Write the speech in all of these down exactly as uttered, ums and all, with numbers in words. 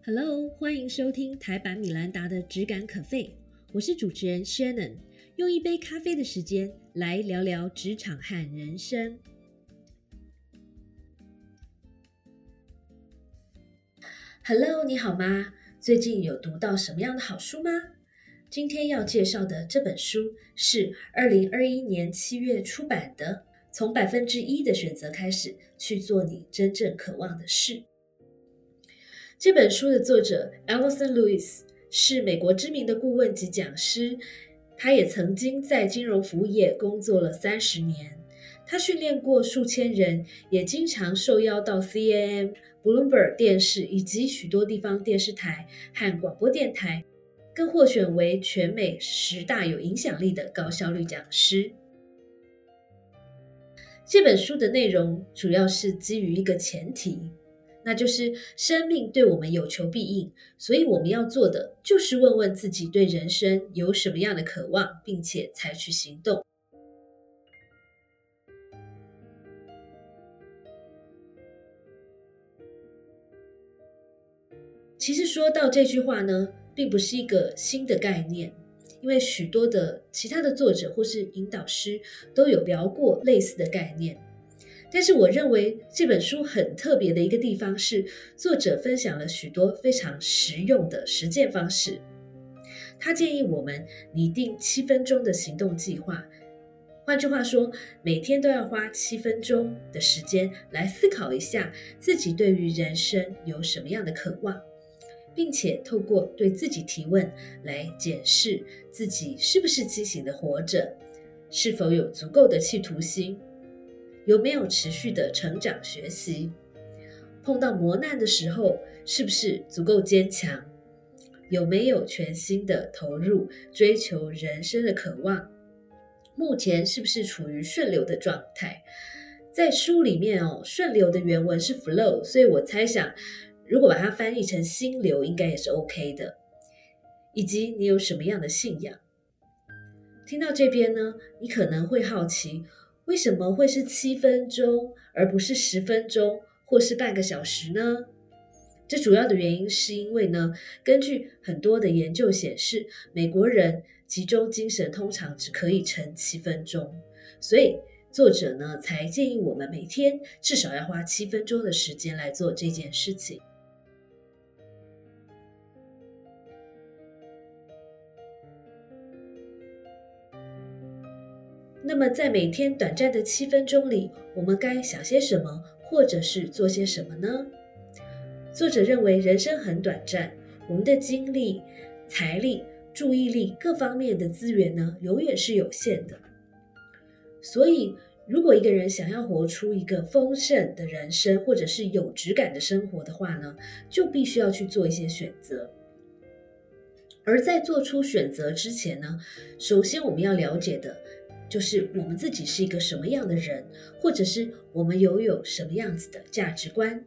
Hello， 欢迎收听台版米兰达的质感可废，我是主持人 Shannon， 用一杯咖啡的时间来聊聊职场和人生。Hello， 你好吗？最近有读到什么样的好书吗？今天要介绍的这本书是二零二一年七月出版的，从百分之一的选择开始，去做你真正渴望的事。这本书的作者 Alison Lewis 是美国知名的顾问及讲师，他也曾经在金融服务业工作了三十年。他训练过数千人，也经常受邀到 C N N、Bloomberg 电视以及许多地方电视台和广播电台，更获选为全美十大有影响力的高效率讲师。这本书的内容主要是基于一个前提，那就是生命对我们有求必应，所以我们要做的就是问问自己对人生有什么样的渴望，并且采取行动。其实说到这句话呢，并不是一个新的概念，因为许多的其他的作者或是引导师都有聊过类似的概念。但是我认为这本书很特别的一个地方是，作者分享了许多非常实用的实践方式。他建议我们拟定七分钟的行动计划，换句话说，每天都要花七分钟的时间来思考一下自己对于人生有什么样的渴望，并且透过对自己提问来检视自己是不是清醒的活着，是否有足够的企图心，有没有持续的成长学习，碰到磨难的时候是不是足够坚强，有没有全心的投入追求人生的渴望，目前是不是处于顺流的状态。在书里面哦，顺流的原文是 flow， 所以我猜想如果把它翻译成心流应该也是 OK 的。以及你有什么样的信仰。听到这边呢，你可能会好奇，为什么会是七分钟而不是十分钟或是半个小时呢？这主要的原因是因为呢，根据很多的研究显示，美国人集中精神通常只可以撑七分钟，所以作者呢才建议我们每天至少要花七分钟的时间来做这件事情。那么在每天短暂的七分钟里，我们该想些什么，或者是做些什么呢？作者认为人生很短暂，我们的精力、财力、注意力各方面的资源呢，永远是有限的。所以如果一个人想要活出一个丰盛的人生，或者是有质感的生活的话呢，就必须要去做一些选择。而在做出选择之前呢，首先我们要了解的就是我们自己是一个什么样的人，或者是我们拥有什么样子的价值观。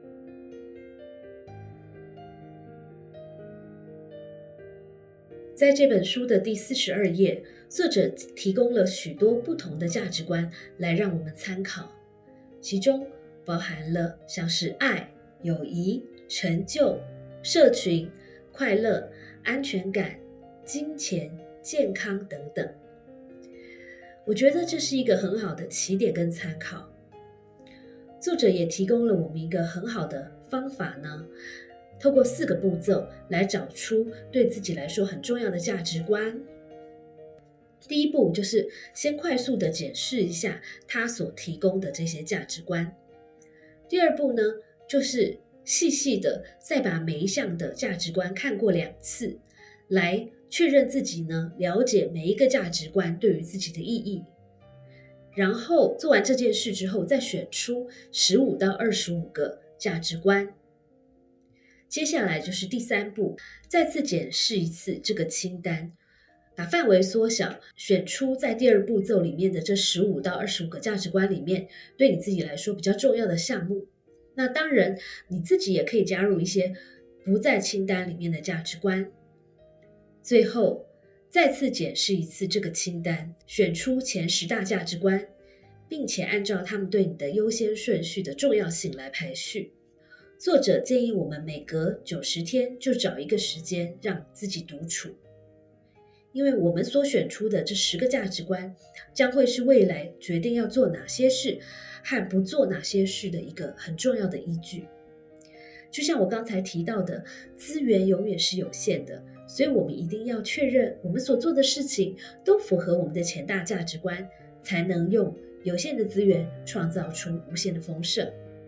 在这本书的第四十二页，作者提供了许多不同的价值观来让我们参考，其中包含了像是爱、友谊、成就、社群、快乐、安全感、金钱、健康等等。我觉得这是一个很好的起点跟参考。作者也提供了我们一个很好的方法呢，透过四个步骤来找出对自己来说很重要的价值观。第一步就是先快速的检视一下他所提供的这些价值观。第二步呢，就是细细的再把每一项的价值观看过两次，来确认自己呢了解每一个价值观对于自己的意义。然后做完这件事之后，再选出十五到二十五个价值观。接下来就是第三步，再次检视一次这个清单，把范围缩小，选出在第二步骤里面的这十五到二十五个价值观里面对你自己来说比较重要的项目。那当然你自己也可以加入一些不在清单里面的价值观。最后再次检视一次这个清单，选出前十大价值观，并且按照他们对你的优先顺序的重要性来排序。 作者建议我们每隔九十天就找一个时间让自己独处，因为我们所选出的这十个价值观，将会是未来决定要做哪些事和不做哪些事的一个很重要的依据。就像我刚才提到的，资源永远是有限的，所以我们一定要确认我们所做的事情都符合我们的前大价值观，才能用有限的资源创造出无限的丰盛。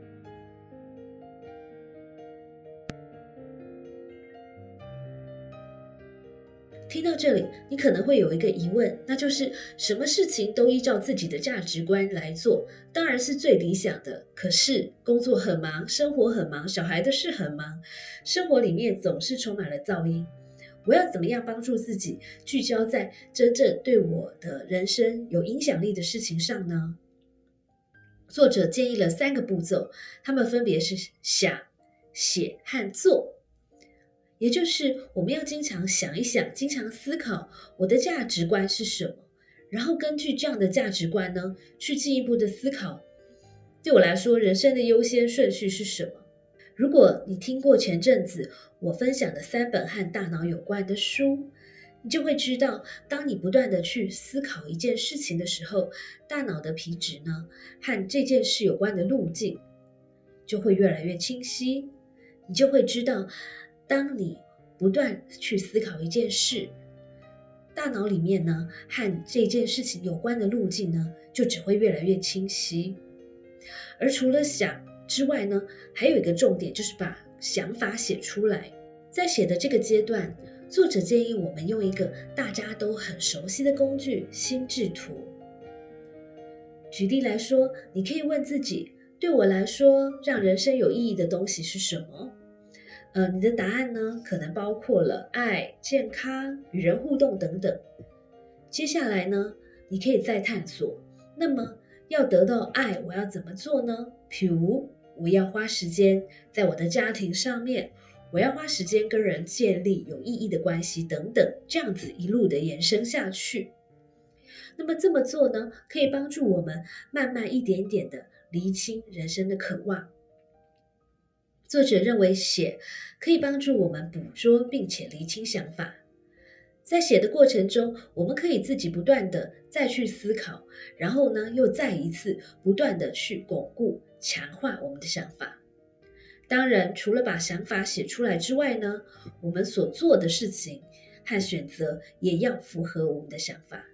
听到这里，你可能会有一个疑问，那就是什么事情都依照自己的价值观来做，当然是最理想的。可是工作很忙，生活很忙，小孩的事很忙，生活里面总是充满了噪音。我要怎么样帮助自己聚焦在真正对我的人生有影响力的事情上呢？作者建议了三个步骤，他们分别是想、写和做。也就是我们要经常想一想，经常思考我的价值观是什么，然后根据这样的价值观呢，去进一步的思考，对我来说人生的优先顺序是什么。如果你听过前阵子我分享的三本和大脑有关的书，你就会知道，当你不断的去思考一件事情的时候，大脑的皮质呢，和这件事有关的路径就会越来越清晰。你就会知道，当你不断去思考一件事，大脑里面呢，和这件事情有关的路径呢，就只会越来越清晰。而除了想之外呢，还有一个重点，就是把想法写出来。在写的这个阶段，作者建议我们用一个大家都很熟悉的工具——心智图。举例来说，你可以问自己，对我来说，让人生有意义的东西是什么？呃，你的答案呢，可能包括了爱、健康、与人互动等等。接下来呢，你可以再探索，那么要得到爱，我要怎么做呢？譬如，我要花时间在我的家庭上面，我要花时间跟人建立有意义的关系等等，这样子一路的延伸下去。那么这么做呢，可以帮助我们慢慢一点点的厘清人生的渴望。作者认为写可以帮助我们捕捉并且厘清想法。在写的过程中，我们可以自己不断的再去思考，然后呢，又再一次不断的去巩固、强化我们的想法。当然，除了把想法写出来之外呢，我们所做的事情和选择也要符合我们的想法。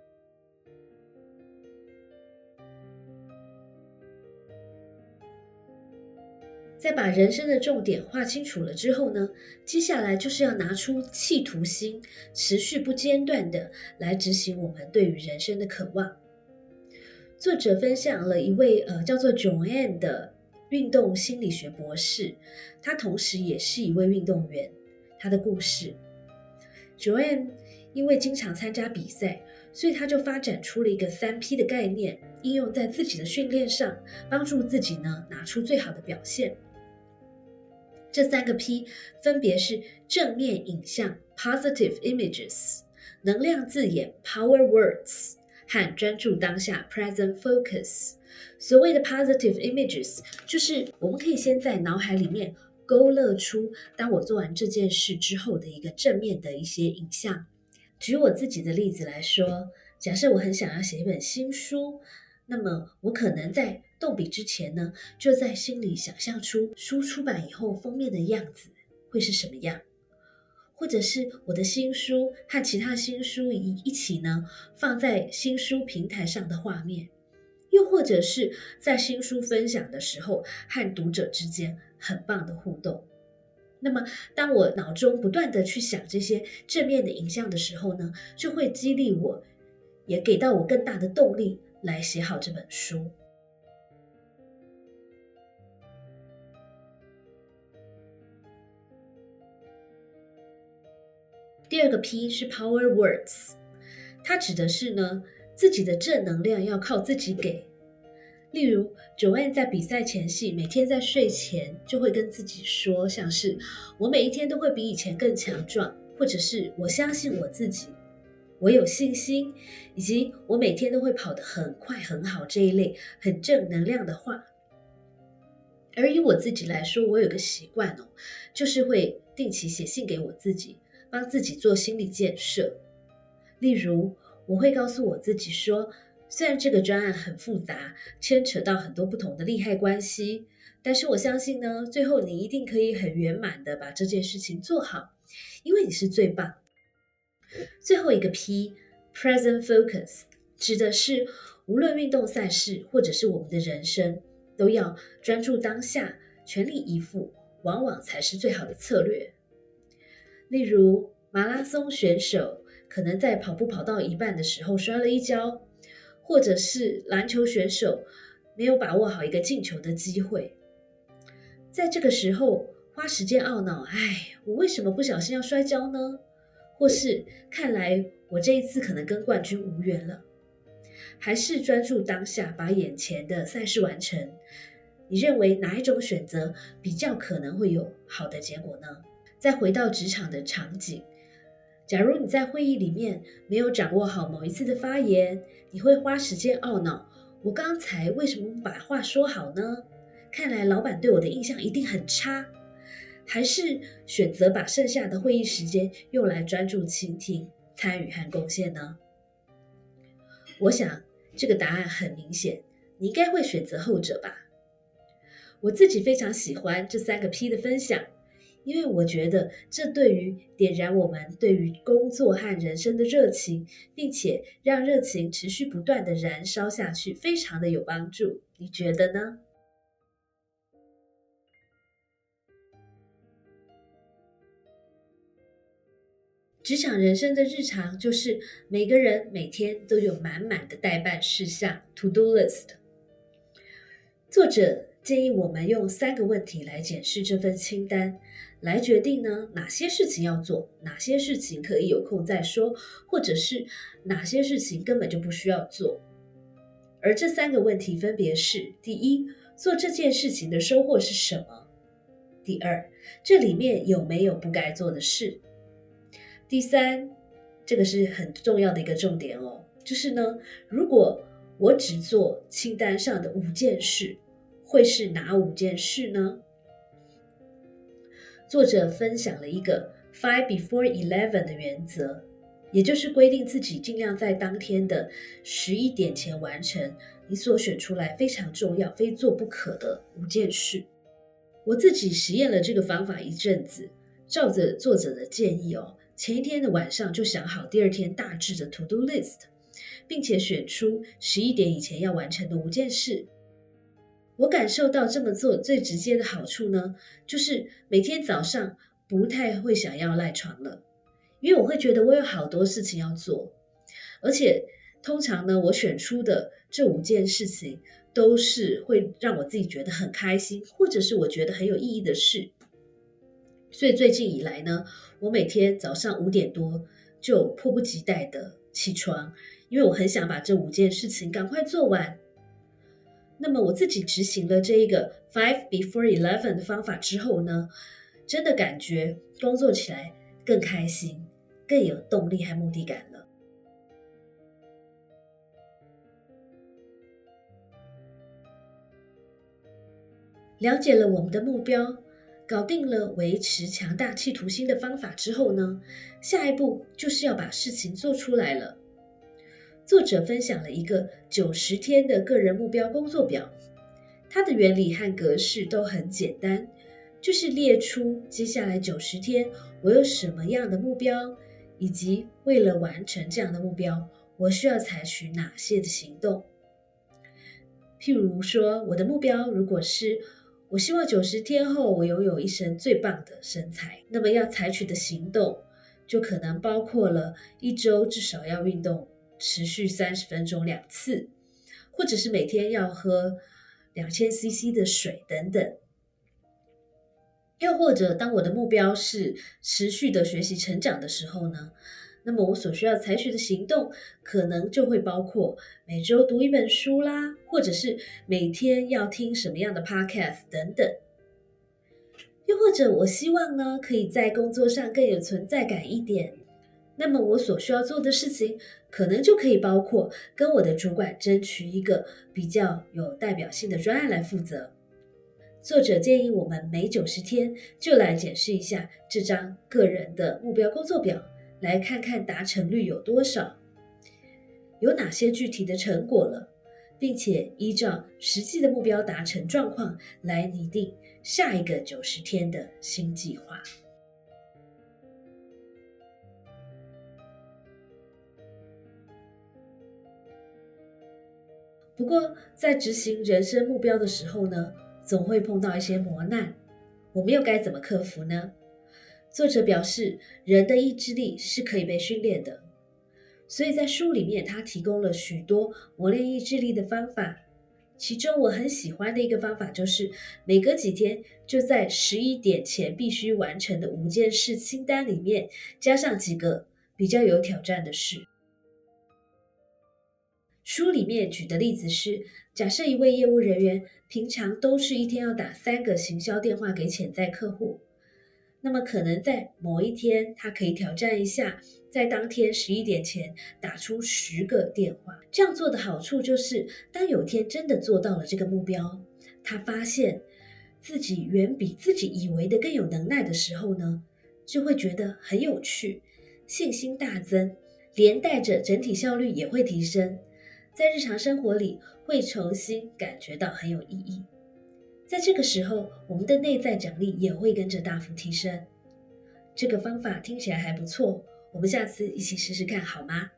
在把人生的重点画清楚了之后呢，接下来就是要拿出企图心，持续不间断的来执行我们对于人生的渴望。作者分享了一位呃叫做 Joanne 的运动心理学博士，他同时也是一位运动员。他的故事 ，Joanne 因为经常参加比赛，所以他就发展出了一个三 P 的概念，应用在自己的训练上，帮助自己呢拿出最好的表现。这三个 P 分别是正面影像 positive images、 能量字眼 power words 和专注当下 present focus。 所谓的 positive images 就是我们可以先在脑海里面勾勒出当我做完这件事之后的一个正面的一些影像。举我自己的例子来说，假设我很想要写一本新书，那么我可能在动笔之前呢，就在心里想象出书出版以后封面的样子会是什么样，或者是我的新书和其他新书一一起呢放在新书平台上的画面，又或者是在新书分享的时候和读者之间很棒的互动。那么当我脑中不断的去想这些正面的影像的时候呢，就会激励我，也给到我更大的动力来写好这本书。第二个 P 是 power words， 它指的是呢，自己的正能量要靠自己给。例如 Joanne 在比赛前夕，每天在睡前就会跟自己说，像是我每一天都会比以前更强壮，或者是我相信我自己，我有信心，以及我每天都会跑得很快很好，这一类很正能量的话。 而以我自己来说，我有个习惯哦，就是会定期写信给我自己，帮自己做心理建设。例如，我会告诉我自己说，虽然这个专案很复杂，牵扯到很多不同的利害关系，但是我相信呢，最后你一定可以很圆满的把这件事情做好，因为你是最棒。最后一个 P，Present Focus， 指的是无论运动赛事或者是我们的人生，都要专注当下，全力以赴，往往才是最好的策略。例如，马拉松选手可能在跑步跑到一半的时候摔了一跤，或者是篮球选手没有把握好一个进球的机会。在这个时候，花时间懊恼，哎，我为什么不小心要摔跤呢？或是看来我这一次可能跟冠军无缘了。还是专注当下，把眼前的赛事完成。你认为哪一种选择比较可能会有好的结果呢？再回到职场的场景，假如你在会议里面没有掌握好某一次的发言，你会花时间懊恼，我刚才为什么不把话说好呢？看来老板对我的印象一定很差。还是选择把剩下的会议时间用来专注倾听、参与和贡献呢？我想这个答案很明显，你应该会选择后者吧。我自己非常喜欢这三个 P 的分享，因为我觉得这对于点燃我们对于工作和人生的热情，并且让热情持续不断的燃烧下去，非常的有帮助。你觉得呢？职场人生的日常就是每个人每天都有满满的待办事项 to do list。 作者建议我们用三个问题来检视这份清单，来决定呢哪些事情要做，哪些事情可以有空再说，或者是哪些事情根本就不需要做。而这三个问题分别是：第一，做这件事情的收获是什么？第二，这里面有没有不该做的事？第三，这个是很重要的一个重点哦，就是呢，如果我只做清单上的五件事，会是哪五件事呢？作者分享了一个 five before eleven 的原则，也就是规定自己尽量在当天的十一点前完成你所选出来非常重要、非做不可的五件事。我自己实验了这个方法一阵子，照着作者的建议哦，前一天的晚上就想好第二天大致的 to do list， 并且选出十一点以前要完成的五件事。我感受到这么做最直接的好处呢，就是每天早上不太会想要赖床了，因为我会觉得我有好多事情要做，而且通常呢，我选出的这五件事情都是会让我自己觉得很开心，或者是我觉得很有意义的事。所以最近以来呢，我每天早上五点多就迫不及待的起床，因为我很想把这五件事情赶快做完。那么我自己执行了这一个 five before eleven 的方法之后呢，真的感觉工作起来更开心，更有动力和目的感了。了解了我们的目标，搞定了维持强大企图心的方法之后呢，下一步就是要把事情做出来了。作者分享了一个九十天的个人目标工作表，它的原理和格式都很简单，就是列出接下来九十天我有什么样的目标，以及为了完成这样的目标，我需要采取哪些的行动。譬如说，我的目标如果是我希望九十天后我拥有一身最棒的身材，那么要采取的行动就可能包括了一周至少要运动持续三十分钟两次，或者是每天要喝两千 C C 的水等等。又或者当我的目标是持续的学习成长的时候呢，那么我所需要采取的行动可能就会包括每周读一本书啦，或者是每天要听什么样的 podcast 等等。又或者我希望呢，可以在工作上更有存在感一点，那么我所需要做的事情可能就可以包括跟我的主管争取一个比较有代表性的专案来负责。 作者建议我们每九十天就来检视一下这张个人的目标工作表，来看看达成率有多少，有哪些具体的成果了，并且依照实际的目标达成状况来拟定下一个九十天的新计划。不过在执行人生目标的时候呢，总会碰到一些磨难，我们又该怎么克服呢？作者表示，人的意志力是可以被训练的，所以在书里面他提供了许多磨练意志力的方法。其中我很喜欢的一个方法就是每隔几天就在十一点前必须完成的五件事清单里面加上几个比较有挑战的事。书里面举的例子是，假设一位业务人员平常都是一天要打三个行销电话给潜在客户，那么可能在某一天他可以挑战一下，在当天十一点前打出十个电话。这样做的好处就是，当有天真的做到了这个目标，他发现自己远比自己以为的更有能耐的时候呢，就会觉得很有趣，信心大增，连带着整体效率也会提升，在日常生活里会重新感觉到很有意义。在这个时候，我们的内在奖励也会跟着大幅提升。这个方法听起来还不错，我们下次一起试试看好吗？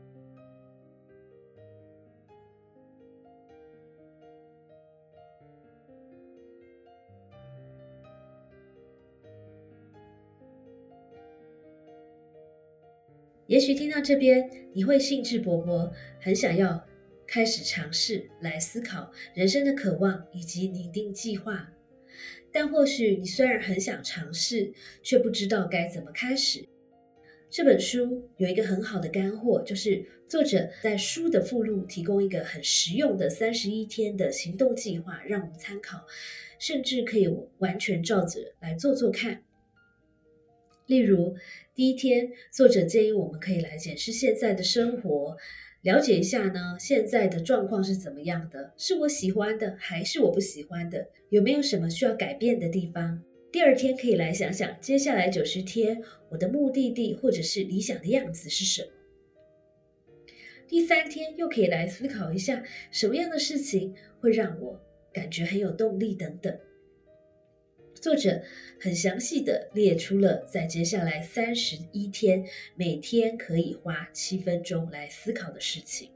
也许听到这边，你会兴致勃勃，很想要开始尝试来思考人生的渴望以及拟定计划。但或许你虽然很想尝试，却不知道该怎么开始。这本书有一个很好的干货，就是作者在书的附录提供一个很实用的三十一天的行动计划，让我们参考，甚至可以完全照着来做做看。例如，第一天，作者建议我们可以来检视现在的生活，了解一下呢，现在的状况是怎么样的，是我喜欢的还是我不喜欢的，有没有什么需要改变的地方。第二天可以来想想，接下来九十天我的目的地或者是理想的样子是什么。第三天又可以来思考一下，什么样的事情会让我感觉很有动力等等。作者很详细的列出了在接下来三十一天每天可以花七分钟来思考的事情。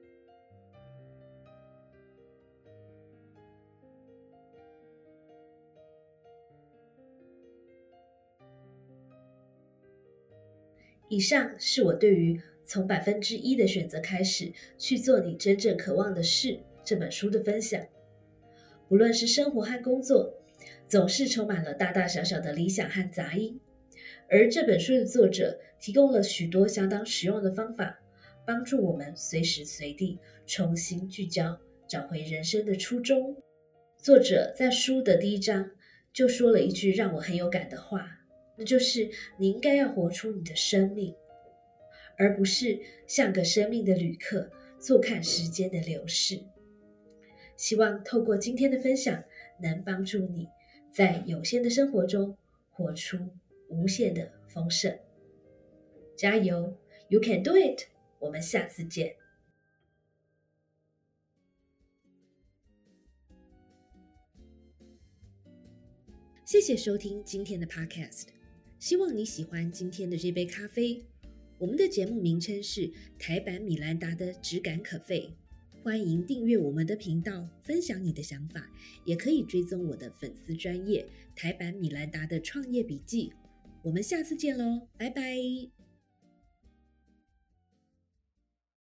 以上是我对于从百分之一的选择开始去做你真正渴望的事这本书的分享。不论是生活和工作，总是充满了大大小小的理想和杂音，而这本书的作者提供了许多相当实用的方法，帮助我们随时随地重新聚焦，找回人生的初衷。作者在书的第一章就说了一句让我很有感的话，那就是你应该要活出你的生命，而不是像个生命的旅客，坐看时间的流逝。希望透过今天的分享，能帮助你在有限的生活中活出无限的丰盛。加油 You can do it， 我们下次见。谢谢收听今天的 Podcast， 希望你喜欢今天的这杯咖啡。我们的节目名称是台版米兰达的质感可废，欢迎订阅我们的频道，分享你的想法，也可以追踪我的粉丝专页台版米兰达的创业笔记。我们下次见咯，拜拜。